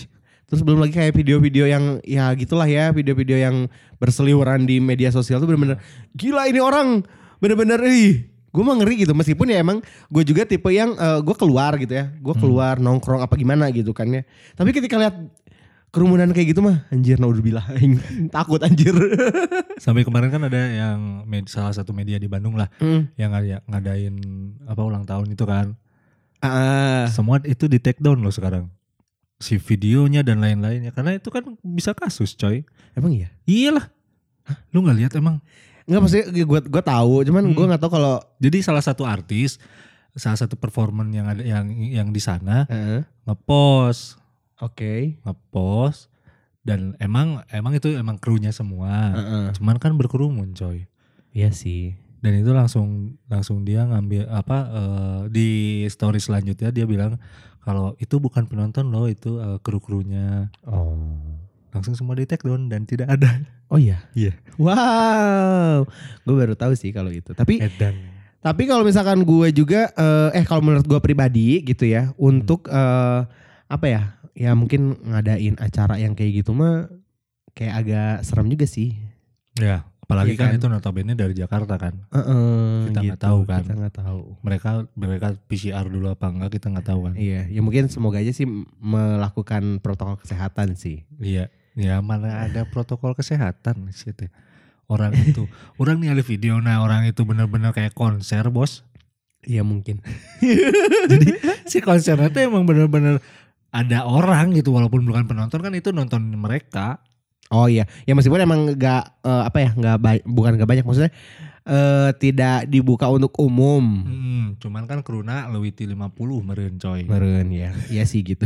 Terus belum lagi kayak video-video yang ya gitulah ya, video-video yang berseliweran di media sosial tuh bener-bener gila ini orang bener-bener ih. Gue mah ngeri gitu meskipun ya emang gue juga tipe yang uh, gue keluar gitu ya. Gue keluar hmm. nongkrong apa gimana gitu kan ya. Tapi ketika lihat kerumunan kayak gitu mah anjir naudzubillah takut anjir. Sampai kemarin kan ada yang med, salah satu media di Bandung lah hmm. yang ngad- ngadain apa ulang tahun itu kan. Uh. Semua itu di take down loh sekarang. Si videonya dan lain-lainnya karena itu kan bisa kasus coy. Emang iya? Iyalah. Hah? Lu nggak lihat emang? Nggak maksudnya gue gue tahu, cuman hmm. gue nggak tahu kalau jadi salah satu artis, salah satu performan yang ada yang yang di sana uh-huh. ngepost, oke, okay. ngepost dan emang emang itu emang krunya semua, uh-uh. cuman kan berkerumun coy. Iya sih. Dan itu langsung langsung dia ngambil apa uh, di story selanjutnya dia bilang kalau itu bukan penonton loh, itu uh, kru-krunya. Oh. Langsung semua di take down dan tidak ada. Oh iya? Iya. Wow. Gue baru tahu sih kalau itu. Tapi Edan. Tapi kalau misalkan gue juga uh, eh kalau menurut gue pribadi gitu ya, hmm. untuk uh, apa ya? Ya mungkin ngadain acara yang kayak gitu mah kayak agak serem juga sih. Ya. Apalagi ya kan, kan itu notabene dari Jakarta kan. Uh-uh, kita gitu, gak tahu kan. Kita gak tahu. Mereka mereka P C R dulu apa enggak kita gak tahu kan. Iya, ya mungkin semoga aja sih melakukan protokol kesehatan sih. Iya, ya mana ada protokol kesehatan sih. Orang itu, orang nih ada video nah orang itu benar-benar kayak konser bos. Iya mungkin. Jadi si konsernya itu emang benar-benar ada orang gitu walaupun bukan penonton kan itu nonton mereka. Oh iya, ya meskipun emang nggak uh, apa ya nggak ba- bukan nggak banyak maksudnya uh, tidak dibuka untuk umum. Hmm, cuman kan kruna leuwih ti lima puluh meureun coy. Meureun ya, iya sih gitu.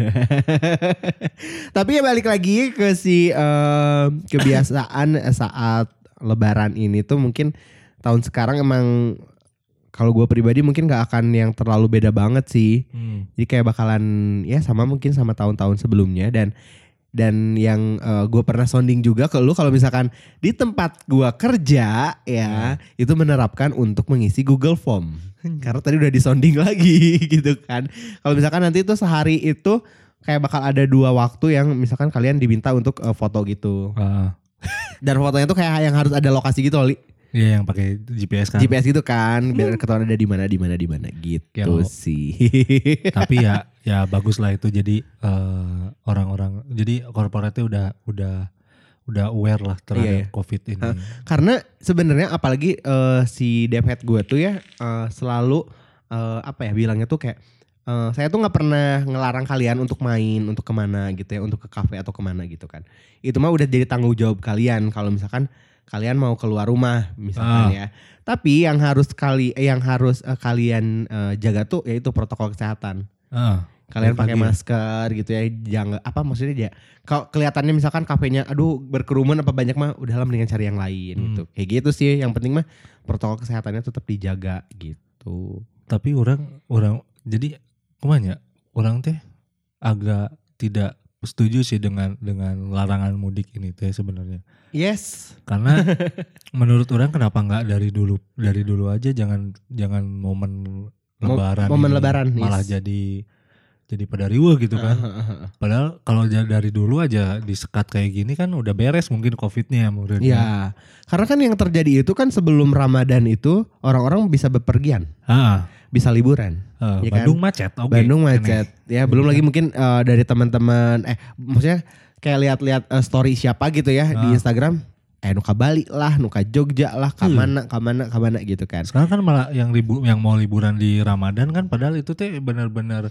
Tapi ya balik lagi ke si uh, kebiasaan saat Lebaran ini tuh mungkin tahun sekarang emang kalau gue pribadi mungkin nggak akan yang terlalu beda banget sih. Hmm. Jadi kayak bakalan ya sama mungkin sama tahun-tahun sebelumnya dan Dan yang uh, gue pernah sounding juga ke lu kalau misalkan di tempat gue kerja ya hmm. itu menerapkan untuk mengisi Google Form. Karena tadi udah di sounding lagi gitu kan. Kalau misalkan nanti itu sehari itu kayak bakal ada dua waktu yang misalkan kalian diminta untuk uh, foto gitu. Uh. Dan fotonya tuh kayak yang harus ada lokasi gitu Li. Iya yang pakai G P S kan. G P S gitu kan biar ketahuan ada di mana di mana di mana gitu ya, sih. Tapi ya ya bagus lah itu jadi uh, orang-orang jadi korporatnya udah udah udah aware lah terhadap iya, iya. Covid ini. Uh, karena sebenarnya apalagi uh, si dev head gue tuh ya uh, selalu uh, apa ya bilangnya tuh kayak uh, saya tuh nggak pernah ngelarang kalian untuk main untuk kemana gitu ya untuk ke kafe atau kemana gitu kan. Itu mah udah jadi tanggung jawab kalian kalau misalkan kalian mau keluar rumah misalkan oh. ya. Tapi yang harus kali eh, yang harus uh, kalian uh, jaga tuh yaitu protokol kesehatan. Oh. Kalian pakai masker gitu ya. Jangan apa maksudnya ya. Kalau kelihatannya misalkan kafenya aduh berkerumun apa banyak mah udahlah mendingan cari yang lain hmm. gitu. Kayak gitu sih. Yang penting mah protokol kesehatannya tetap dijaga gitu. Tapi orang orang jadi kemana? Orang teh agak tidak setuju sih dengan dengan larangan mudik ini teh sebenarnya. Yes. Karena menurut orang kenapa nggak dari dulu dari dulu aja jangan jangan momen lebaran momen ini, lebaran malah yes. jadi jadi pada riweuh gitu kan. Uh, uh, uh. Padahal kalau dari dulu aja disekat kayak gini kan udah beres mungkin Covidnya mungkin. Iya. Karena kan yang terjadi itu kan sebelum Ramadan itu orang-orang bisa bepergian. Ah. Bisa liburan. Uh, ya Bandung kan? Macet. Okay. Bandung macet. Aneh. Ya belum lagi mungkin uh, dari teman-teman eh maksudnya kayak lihat-lihat uh, story siapa gitu ya ah. di Instagram, eh nuka Bali lah, nuka Jogja lah, kamana, kamana, kamana gitu kan. Sekarang kan malah yang ribu, yang mau liburan di Ramadan kan, padahal itu teh benar-benar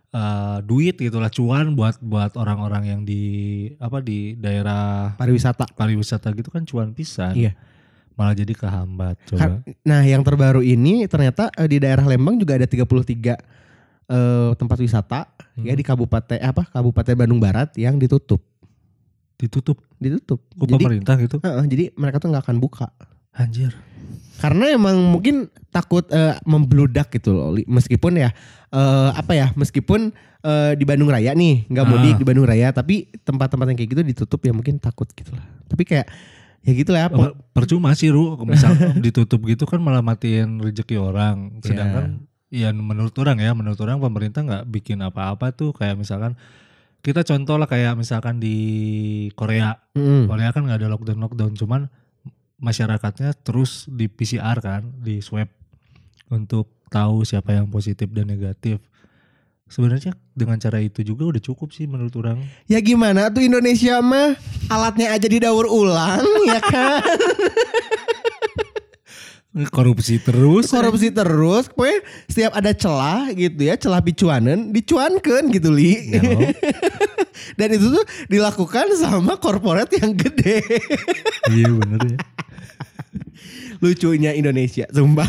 uh, duit gitulah cuan buat buat orang-orang yang di apa di daerah pariwisata, pariwisata gitu kan cuan pisan. Iya. Malah jadi kehambat. Coba. Nah yang terbaru ini ternyata uh, di daerah Lembang juga ada tiga puluh tiga uh, tempat wisata hmm. ya di kabupaten apa Kabupaten Bandung Barat yang ditutup. Ditutup, ditutup. Ke jadi, pemerintah gitu. Uh, jadi mereka tuh nggak akan buka. Anjir. Karena emang mungkin takut uh, membludak gitu loh. Meskipun ya uh, apa ya, meskipun uh, di Bandung Raya nih nggak mudik ah. di Bandung Raya, tapi tempat-tempat yang kayak gitu ditutup ya mungkin takut gitu lah. Tapi kayak ya gitu lah. Oh, percuma sih Ru, misal ditutup gitu kan malah matiin rezeki orang. Sedangkan yeah. ya menurut orang ya, menurut orang pemerintah nggak bikin apa-apa tuh kayak misalkan kita contoh lah kayak misalkan di Korea. Mm. Korea kan nggak ada lockdown-lockdown, cuman masyarakatnya terus di P C R kan, di swab untuk tahu siapa yang positif dan negatif. Sebenarnya dengan cara itu juga udah cukup sih menurut orang. Ya gimana tuh Indonesia mah alatnya aja didaur ulang ya kan. Korupsi terus. Korupsi terus, pokoknya setiap ada celah gitu ya, celah picuanan, dicuankan gitu Li. Ya, no. Dan itu tuh dilakukan sama korporat yang gede. Iya bener ya. Lucunya Indonesia, sumpah.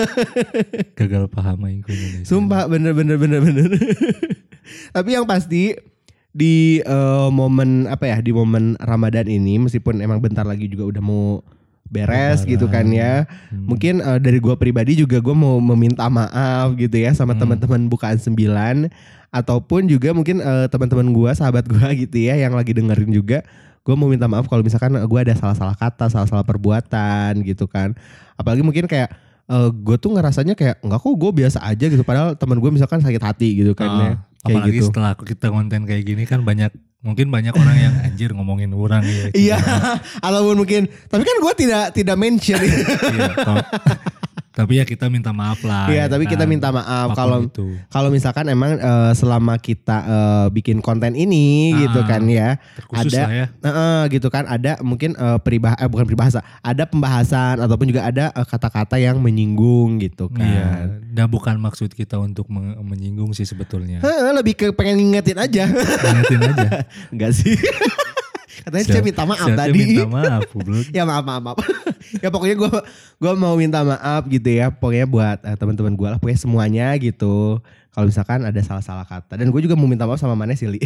Gagal paham aing ku Indonesia. Sumpah bener bener bener bener. Tapi yang pasti di uh, momen apa ya, di momen Ramadan ini, meskipun emang bentar lagi juga udah mau beres Lebaran. Gitu kan ya. Hmm. Mungkin uh, dari gue pribadi juga gue mau meminta maaf gitu ya sama hmm. teman-teman Bukaan Sembilan, ataupun juga mungkin uh, teman-teman gue, sahabat gue gitu ya yang lagi dengerin juga. Gue mau minta maaf kalau misalkan gue ada salah-salah kata, salah-salah perbuatan gitu kan. Apalagi mungkin kayak uh, gue tuh ngerasanya kayak enggak kok, gue biasa aja gitu. Padahal teman gue misalkan sakit hati gitu kan. Oh, ya. Kayak apalagi gitu. Setelah kita konten kayak gini kan banyak, mungkin banyak orang yang anjir ngomongin orang ya. Iya, alaupun mungkin, tapi kan gue tidak tidak mention. Iya, tapi ya kita minta maaf lah. Iya, ya tapi kan? kita minta maaf kalau kalau misalkan emang uh, selama kita uh, bikin konten ini ah, gitu kan ya, ada ya. Uh, gitu kan ada mungkin uh, peribah eh, bukan peribahasa, ada pembahasan ataupun juga ada uh, kata-kata yang menyinggung gitu kan. Iya, dan bukan maksud kita untuk men- menyinggung sih sebetulnya. Uh, lebih ke pengen ngingetin aja. Ngingetin aja. Enggak sih. Katanya saya minta maaf tadi. Minta maaf, ya maaf maaf maaf. Ya pokoknya gue gue mau minta maaf gitu ya. Pokoknya buat uh, teman-teman gue lah, pokoknya semuanya gitu. Kalau misalkan ada salah-salah kata, dan gue juga mau minta maaf sama Manes Li.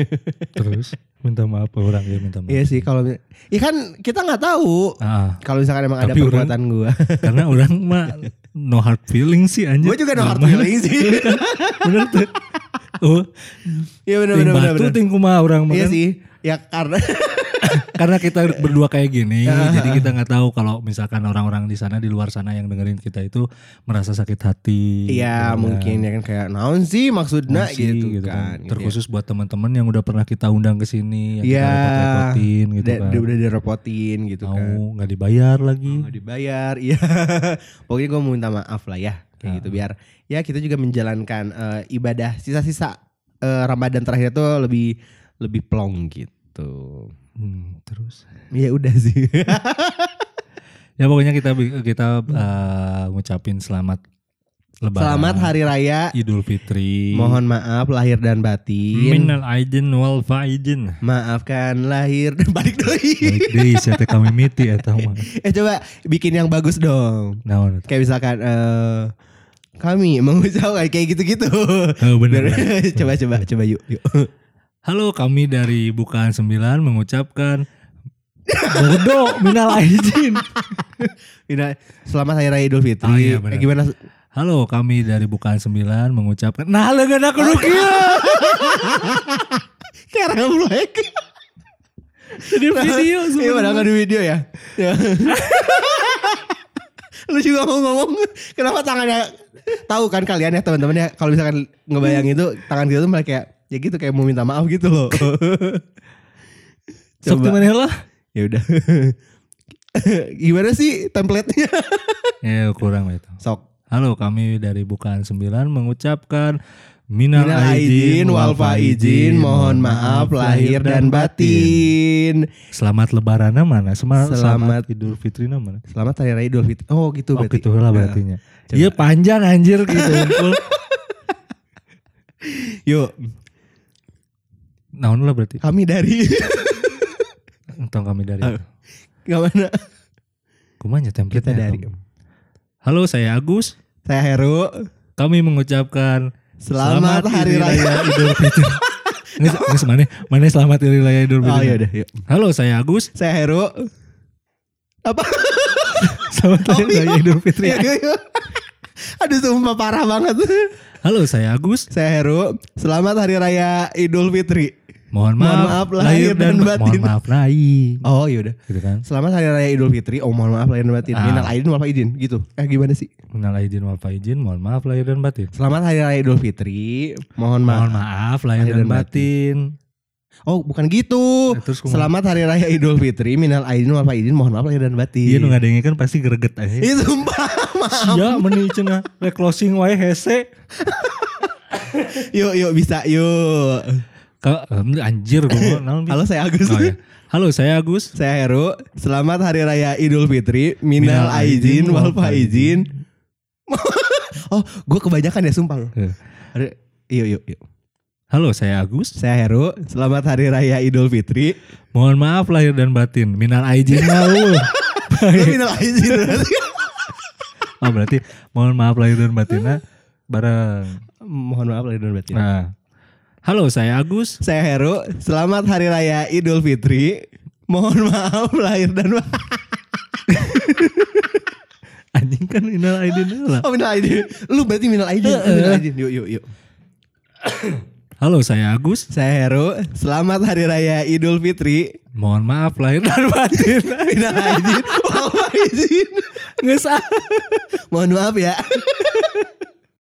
Terus minta maaf ke orang dia minta maaf. Iya sih kalau, ya kan kita nggak tahu. Ah, kalau misalkan emang ada perbuatan gue. Karena orang mah no hard feeling sih anjir. Gue juga no hard feeling sih. Bener tuh. Oh, iya benar benar benar. Batu ting kumaha orang mah. Iya sih. Ya karena karena kita berdua kayak gini, jadi kita nggak tahu kalau misalkan orang-orang di sana, di luar sana yang dengerin kita itu merasa sakit hati. Iya mungkin ya kan, kayak naon sih maksudnya gitu, gitu kan. kan. Terkhusus buat teman-teman yang udah pernah kita undang ke sini, yang ya, kita repot-repotin gitu d- kan. Udah direpotin gitu mau, kan. Mau nggak dibayar lagi. Nggak dibayar, iya. Pokoknya gue mau minta maaf lah ya, kayak nah. gitu biar ya kita juga menjalankan uh, ibadah sisa-sisa uh, Ramadan terakhir tuh lebih lebih plong gitu. Tuh. Hmm, terus ya udah sih. Ya pokoknya kita kita uh, ngucapin selamat Lebaran. Selamat Hari Raya Idul Fitri. Mohon maaf lahir dan batin. Minal aidin wal faidin. Maafkan lahir dan balik deui. Balik deui saya teh kami miti eta mah. Eh coba bikin yang bagus dong. Nah, kayak misalkan uh, kami mengucapkan kayak gitu-gitu. Oh, bener. coba coba coba yuk yuk. Halo, kami dari Bukaan Sembilan mengucapkan bodoh minal aidin. Selamat Hari Raya Idul Fitri. Oh, iya, eh, gimana? Halo, kami dari Bukaan Sembilan mengucapkan nah lengan aku nukia. Karena black. Di video sebenarnya. Iya, padahal di video ya. Ya. Lu juga mau ngomong kenapa tangannya, tahu kan kalian ya teman-teman ya, kalau misalkan ngebayang itu tangan kita tuh malah kayak ya gitu, kayak mau minta maaf gitu loh. Sok dimana lah? Ya udah. Gimana sih template-nya? Ya kurang itu. Sok. Halo, kami dari Bukaan Sembilan mengucapkan minal, minal aidin wal faizin, mohon maaf lahir dan batin. Selamat Lebaran mana? Selamat, selamat Idul Fitri mana? Selamat Hari Raya Idul Fitri. Oh gitu oh, berarti. Oh gitu lah berartinya. Iya panjang anjir gitu. Yuk. Naon lah berarti? Kami dari Entong kami dari uh, Gak mana? Kumanya template kita dari. Halo, saya Agus. Saya Heru. Kami mengucapkan Selamat, selamat Hari Raya Idul Fitri. Ini ini mana? Mana selamat Hari Raya Idul Fitri. Oh iya udah, yuk. Halo, saya Agus. Saya Heru. Apa? Selamat Hari oh, Raya Idul Fitri. Iya, iya. Aduh sumpah parah banget. Halo, saya Agus. Saya Heru. Selamat Hari Raya Idul Fitri. Mohon maaf, mohon maaf lahir dan, dan batin. Mohon maaf lahir. Oh iya udah. Gitu kan. Selamat Hari Raya Idul Fitri. Oh mohon maaf lahir dan batin. Ah. Minal aidin wal faizin gitu. Eh gimana sih? Minal aidin wal faizin, mohon maaf lahir dan batin. Selamat Hari Raya Idul Fitri. Mohon maaf. Mohon maaf lahir, lahir dan, dan batin. batin. Oh bukan gitu. Nah, terus kumaha? Selamat Hari Raya Idul Fitri, minal aidin wal faizin, mohon maaf lahir dan batin. Iya nu ngadenge kan pasti greget aja. Itu sumpah. Sia meni cenah we closing wae hese. Yuk yuk bisa yuk. Ka anjir gua naon. Halo saya Agus. Oh, ya. Halo saya Agus. Saya Heru. Selamat Hari Raya Idul Fitri, minal Minal aidin aidin wal wal faizin. Oh, gue kebanyakan ya sumpah. Eh. Hari- Yuk yuk yuk. Halo saya Agus. Saya Heru. Selamat Hari Raya Idul Fitri. Mohon maaf lahir dan batin. Minal aidin maul. Lu minal aidin berarti. Oh berarti mohon maaf lahir dan batinnya bareng. Mohon maaf lahir dan batin. Nah. Halo saya Agus. Saya Heru. Selamat Hari Raya Idul Fitri. Mohon maaf lahir dan batin. Anjing kan minal aidin lah. Oh minal aidin. Lu berarti minal aidin. Lu minal aidin. Yuk yuk yuk. Halo saya Agus. Saya Heru. Selamat Hari Raya Idul Fitri. Mohon maaf lahir dan batin. Minal aidin wal faizin. Nggak sah. Mohon maaf ya.